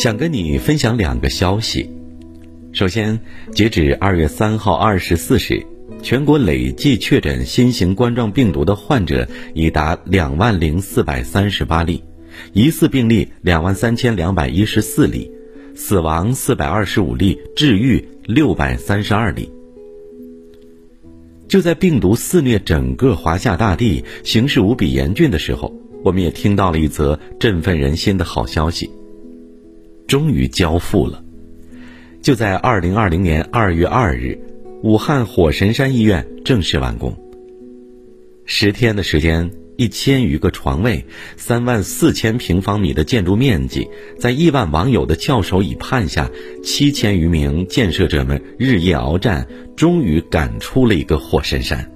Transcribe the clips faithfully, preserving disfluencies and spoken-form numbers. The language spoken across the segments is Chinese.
想跟你分享两个消息。首先，截止二月三号二十四时，全国累计确诊新型冠状病毒的患者已达两万零四百三十八例，疑似病例两万三千两百一十四例，死亡四百二十五例，治愈六百三十二例。就在病毒肆虐整个华夏大地，形势无比严峻的时候，我们也听到了一则振奋人心的好消息，终于交付了。就在二零二零年二月二日，武汉火神山医院正式完工。十天的时间，一千余个床位，三万四千平方米的建筑面积，在亿万网友的翘首以盼下，七千余名建设者们日夜鏖战，终于赶出了一个火神山。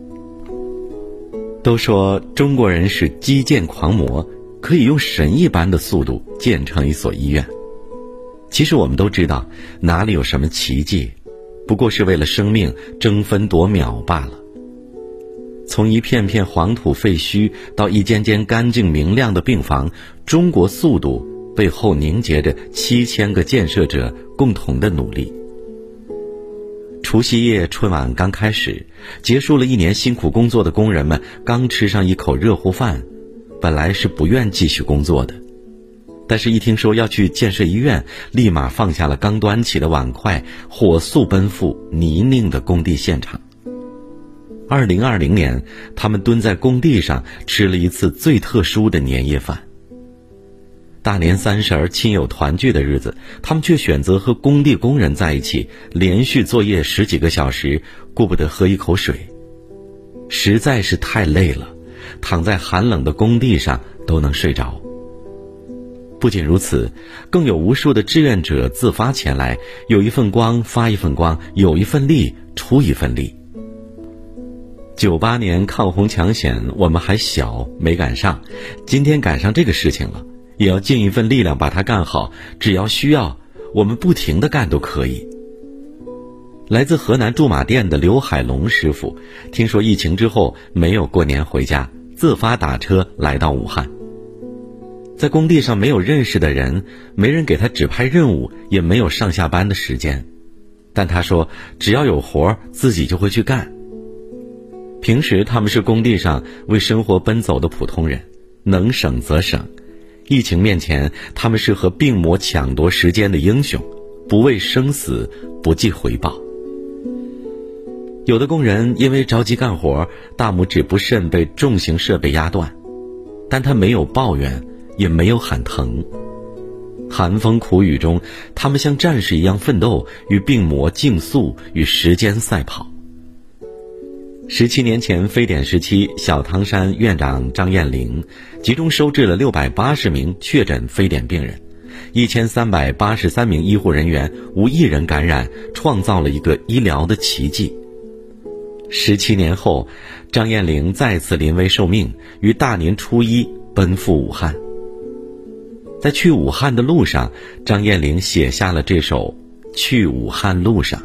都说中国人是基建狂魔，可以用神一般的速度建成一所医院。其实我们都知道，哪里有什么奇迹，不过是为了生命争分夺秒罢了。从一片片黄土废墟到一间间干净明亮的病房，中国速度背后凝结着七千个建设者共同的努力。除夕夜春晚刚开始，结束了一年辛苦工作的工人们刚吃上一口热乎饭，本来是不愿继续工作的，但是一听说要去建设医院，立马放下了刚端起的碗筷，火速奔赴泥泞的工地现场。二零二零年，他们蹲在工地上吃了一次最特殊的年夜饭。大年三十儿亲友团聚的日子，他们却选择和工地工人在一起，连续作业十几个小时，顾不得喝一口水，实在是太累了，躺在寒冷的工地上都能睡着。不仅如此，更有无数的志愿者自发前来，有一份光发一份光，有一份力出一份力。九八年抗洪抢险我们还小，没赶上，今天赶上这个事情了，也要尽一份力量把它干好，只要需要，我们不停地干都可以。来自河南驻马店的刘海龙师傅，听说疫情之后没有过年回家，自发打车来到武汉。在工地上没有认识的人，没人给他指派任务，也没有上下班的时间，但他说只要有活自己就会去干。平时他们是工地上为生活奔走的普通人，能省则省，疫情面前他们是和病魔抢夺时间的英雄，不畏生死，不计回报。有的工人因为着急干活，大拇指不慎被重型设备压断，但他没有抱怨，也没有喊疼。寒风苦雨中，他们像战士一样奋斗，与病魔竞速，与时间赛跑。十七年前非典时期，小汤山院长张彦玲集中收治了六百八十名确诊非典病人，一千三百八十三名医护人员无一人感染，创造了一个医疗的奇迹。十七年后，张彦玲再次临危受命，于大年初一奔赴武汉。在去武汉的路上，张彦玲写下了这首《去武汉路上》。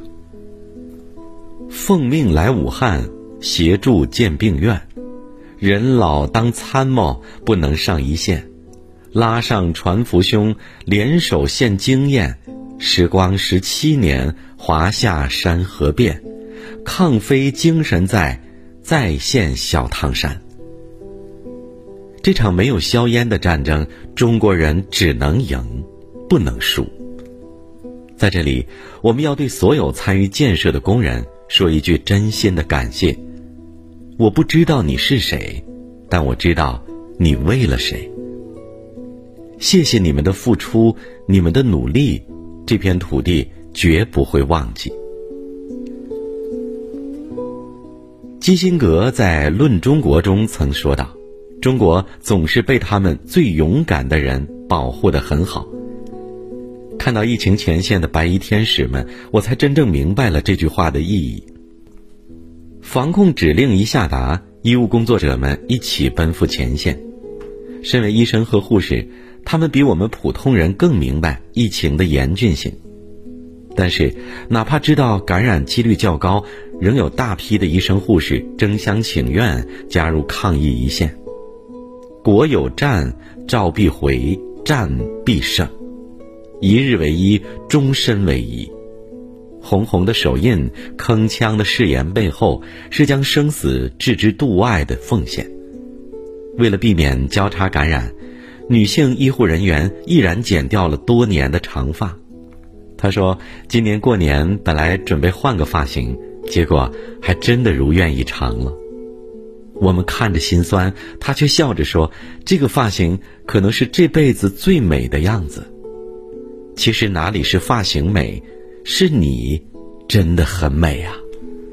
奉命来武汉，协助建病院，人老当参谋，不能上一线，拉上传福兄，联手献经验。时光十七年，华夏山河变，抗非精神在，再现小汤山。这场没有硝烟的战争，中国人只能赢，不能输。在这里，我们要对所有参与建设的工人说一句真心的感谢。我不知道你是谁，但我知道你为了谁。谢谢你们的付出，你们的努力，这片土地绝不会忘记。基辛格在《论中国》中曾说道，中国总是被他们最勇敢的人保护得很好。看到疫情前线的白衣天使们，我才真正明白了这句话的意义。防控指令一下达，医务工作者们一起奔赴前线。身为医生和护士，他们比我们普通人更明白疫情的严峻性。但是哪怕知道感染几率较高，仍有大批的医生护士争相请愿加入抗疫一线。国有战，召必回，战必胜。 一日为一，终身为一。红红的手印，铿锵的誓言背后，是将生死置之度外的奉献。为了避免交叉感染，女性医护人员毅然剪掉了多年的长发。她说，今年过年本来准备换个发型，结果还真的如愿以偿了。我们看着心酸，她却笑着说，这个发型可能是这辈子最美的样子。其实哪里是发型美，是你真的很美啊。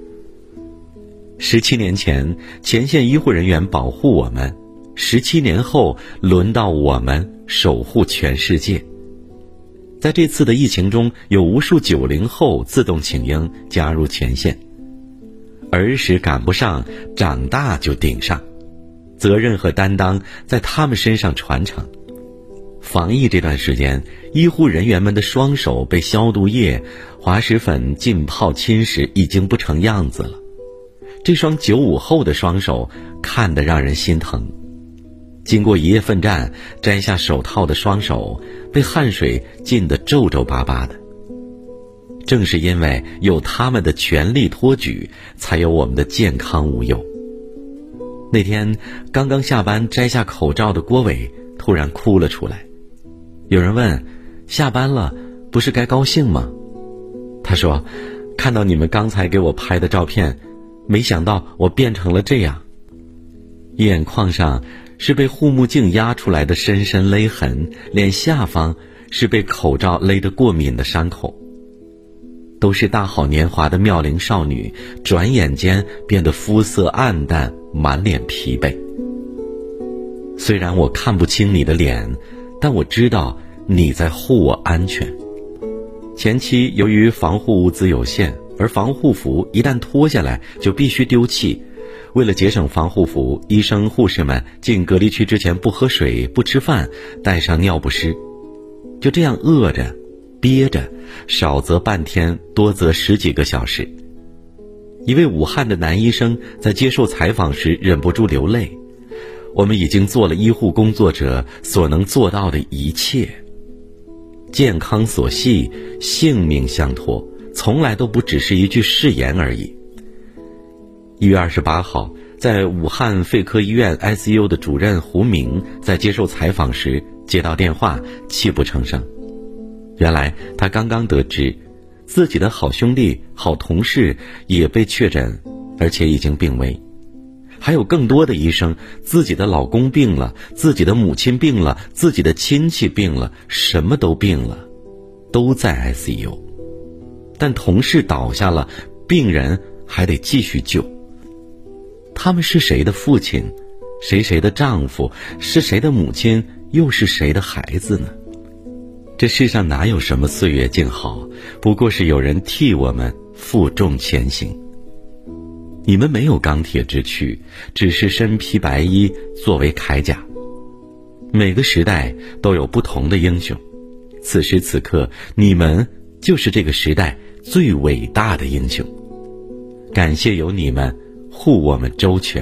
十七年前，前线医护人员保护我们，十七年后轮到我们守护全世界。在这次的疫情中，有无数九零后自动请缨加入前线。儿时赶不上，长大就顶上，责任和担当在他们身上传承。防疫这段时间，医护人员们的双手被消毒液、滑石粉浸泡侵蚀，已经不成样子了。这双九五后的双手看得让人心疼。经过一夜奋战，摘下手套的双手被汗水浸得皱皱巴巴的。正是因为有他们的全力托举，才有我们的健康无忧。那天刚刚下班摘下口罩的郭伟突然哭了出来。有人问，下班了不是该高兴吗？他说，看到你们刚才给我拍的照片，没想到我变成了这样。眼眶上是被护目镜压出来的深深勒痕，脸下方是被口罩勒得过敏的伤口。都是大好年华的妙龄少女，转眼间变得肤色暗淡，满脸疲惫。虽然我看不清你的脸，但我知道你在护我安全。前期由于防护物资有限，而防护服一旦脱下来就必须丢弃。为了节省防护服，医生护士们进隔离区之前不喝水不吃饭，带上尿不湿，就这样饿着憋着，少则半天，多则十几个小时。一位武汉的男医生在接受采访时忍不住流泪，我们已经做了医护工作者所能做到的一切。健康所系，性命相托，从来都不只是一句誓言而已。一月二十八号，在武汉肺科医院 I C U 的主任胡明在接受采访时接到电话，泣不成声。原来他刚刚得知自己的好兄弟好同事也被确诊，而且已经病危。还有更多的医生，自己的老公病了，自己的母亲病了，自己的亲戚病了，什么都病了，都在 I C U。 但同事倒下了，病人还得继续救。他们是谁的父亲，谁谁的丈夫，是谁的母亲，又是谁的孩子呢？这世上哪有什么岁月静好，不过是有人替我们负重前行。你们没有钢铁之躯，只是身披白衣作为铠甲。每个时代都有不同的英雄，此时此刻你们就是这个时代最伟大的英雄。感谢有你们护我们周全。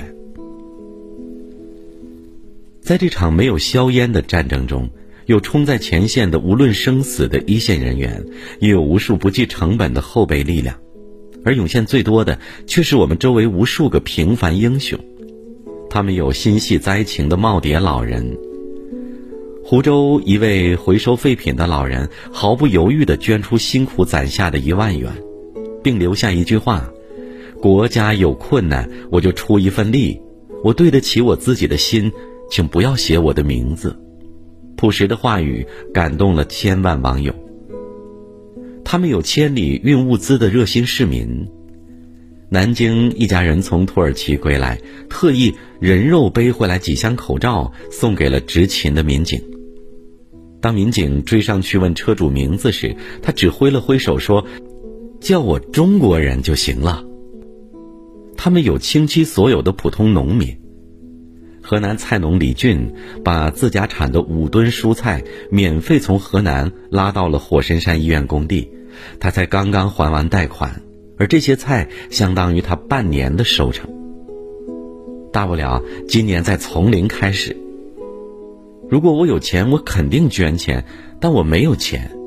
在这场没有硝烟的战争中，有冲在前线的无论生死的一线人员，也有无数不计成本的后备力量，而涌现最多的却是我们周围无数个平凡英雄。他们有心系灾情的耄耋老人。湖州一位回收废品的老人毫不犹豫地捐出辛苦攒下的一万元，并留下一句话：国家有困难，我就出一份力，我对得起我自己的心，请不要写我的名字。朴实的话语感动了千万网友。他们有千里运物资的热心市民。南京一家人从土耳其归来，特意人肉背回来几箱口罩，送给了执勤的民警。当民警追上去问车主名字时，他只挥了挥手说：叫我中国人就行了。他们有倾其所有的普通农民。河南菜农李俊把自家产的五吨蔬菜免费从河南拉到了火神山医院工地，他才刚刚还完贷款，而这些菜相当于他半年的收成。大不了今年再从零开始。如果我有钱，我肯定捐钱，但我没有钱，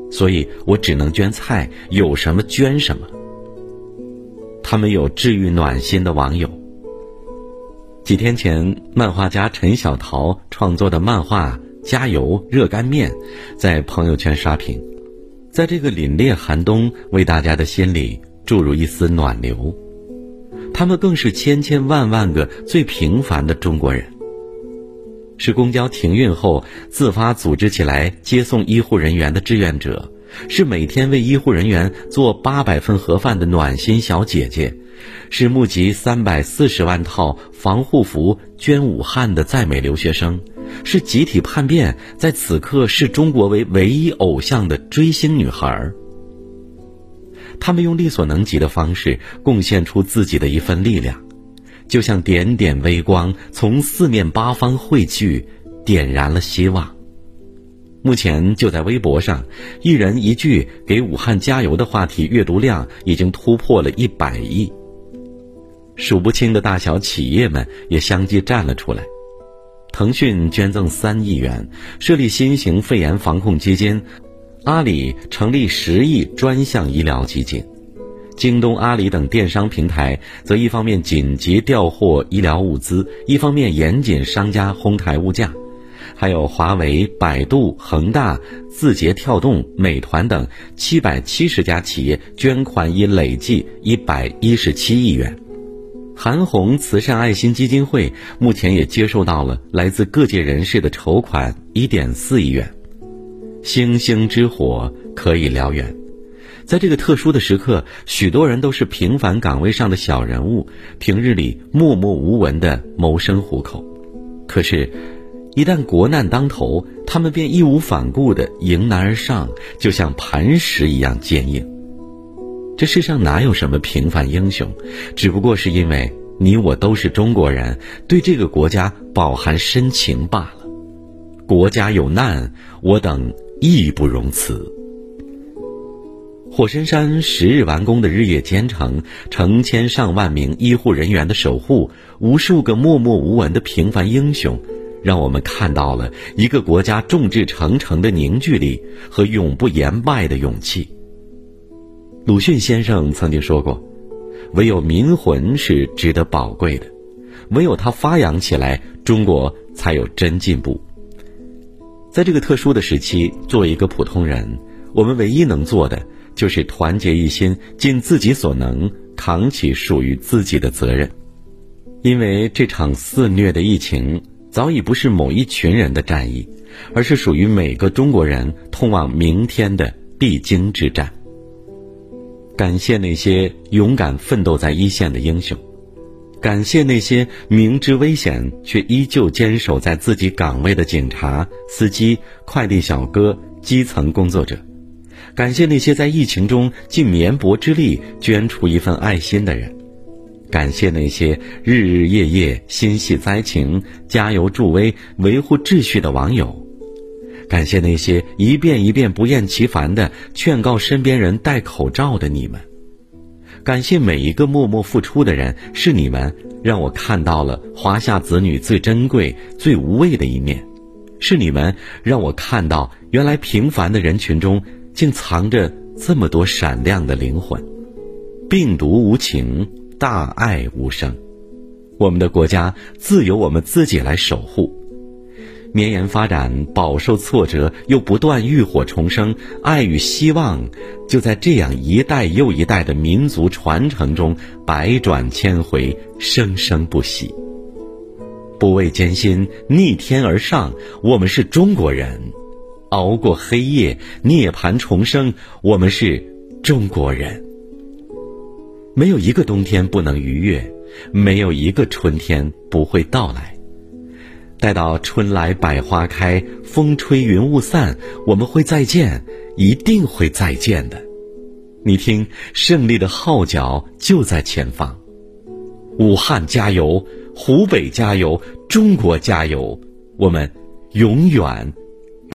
所以我只能捐菜，有什么捐什么。他们有治愈暖心的网友。几天前，漫画家陈小桃创作的漫画《加油热干面》在朋友圈刷屏，在这个凛冽寒冬，为大家的心里注入一丝暖流。他们更是千千万万个最平凡的中国人，是公交停运后自发组织起来接送医护人员的志愿者，是每天为医护人员做八百份盒饭的暖心小姐姐，是募集三百四十万套防护服捐武汉的在美留学生，是集体叛变在此刻视中国为唯一偶像的追星女孩。他们用力所能及的方式贡献出自己的一份力量，就像点点微光从四面八方汇聚，点燃了希望。目前就在微博上，一人一句给武汉加油的话题阅读量已经突破了一百亿。数不清的大小企业们也相继站了出来。腾讯捐赠三亿元，设立新型肺炎防控基金；阿里成立十亿专项医疗基金；京东、阿里等电商平台则一方面紧急调货医疗物资，一方面严谨商家哄抬物价。还有华为、百度、恒大、字节跳动、美团等七百七十家企业捐款已累计一百一十七亿元。韩红慈善爱心基金会目前也接受到了来自各界人士的筹款一点四亿元。星星之火可以燎原。在这个特殊的时刻，许多人都是平凡岗位上的小人物，平日里默默无闻的谋生糊口。可是一旦国难当头，他们便义无反顾地迎难而上，就像磐石一样坚硬。这世上哪有什么平凡英雄，只不过是因为你我都是中国人，对这个国家饱含深情罢了。国家有难，我等义不容辞。火神山十日完工的日夜兼程，成千上万名医护人员的守护，无数个默默无闻的平凡英雄，让我们看到了一个国家众志成城的凝聚力和永不言败的勇气。鲁迅先生曾经说过，唯有民魂是值得宝贵的，唯有它发扬起来，中国才有真进步。在这个特殊的时期，作为一个普通人，我们唯一能做的就是团结一心，尽自己所能，扛起属于自己的责任。因为这场肆虐的疫情早已不是某一群人的战役，而是属于每个中国人通往明天的必经之战。感谢那些勇敢奋斗在一线的英雄，感谢那些明知危险却依旧坚守在自己岗位的警察、司机、快递小哥、基层工作者，感谢那些在疫情中尽绵薄之力捐出一份爱心的人，感谢那些日日夜夜心系灾情、加油助威、维护秩序的网友，感谢那些一遍一遍不厌其烦地劝告身边人戴口罩的你们，感谢每一个默默付出的人，是你们让我看到了华夏子女最珍贵、最无畏的一面，是你们让我看到原来平凡的人群中竟藏着这么多闪亮的灵魂。病毒无情，大爱无声，我们的国家自有我们自己来守护。绵延发展，饱受挫折，又不断浴火重生，爱与希望就在这样一代又一代的民族传承中百转千回，生生不息。不畏艰辛，逆天而上，我们是中国人；熬过黑夜，涅槃重生，我们是中国人。没有一个冬天不能逾越，没有一个春天不会到来。待到春来百花开，风吹云雾散，我们会再见，一定会再见的。你听，胜利的号角就在前方。武汉加油，湖北加油，中国加油，我们永远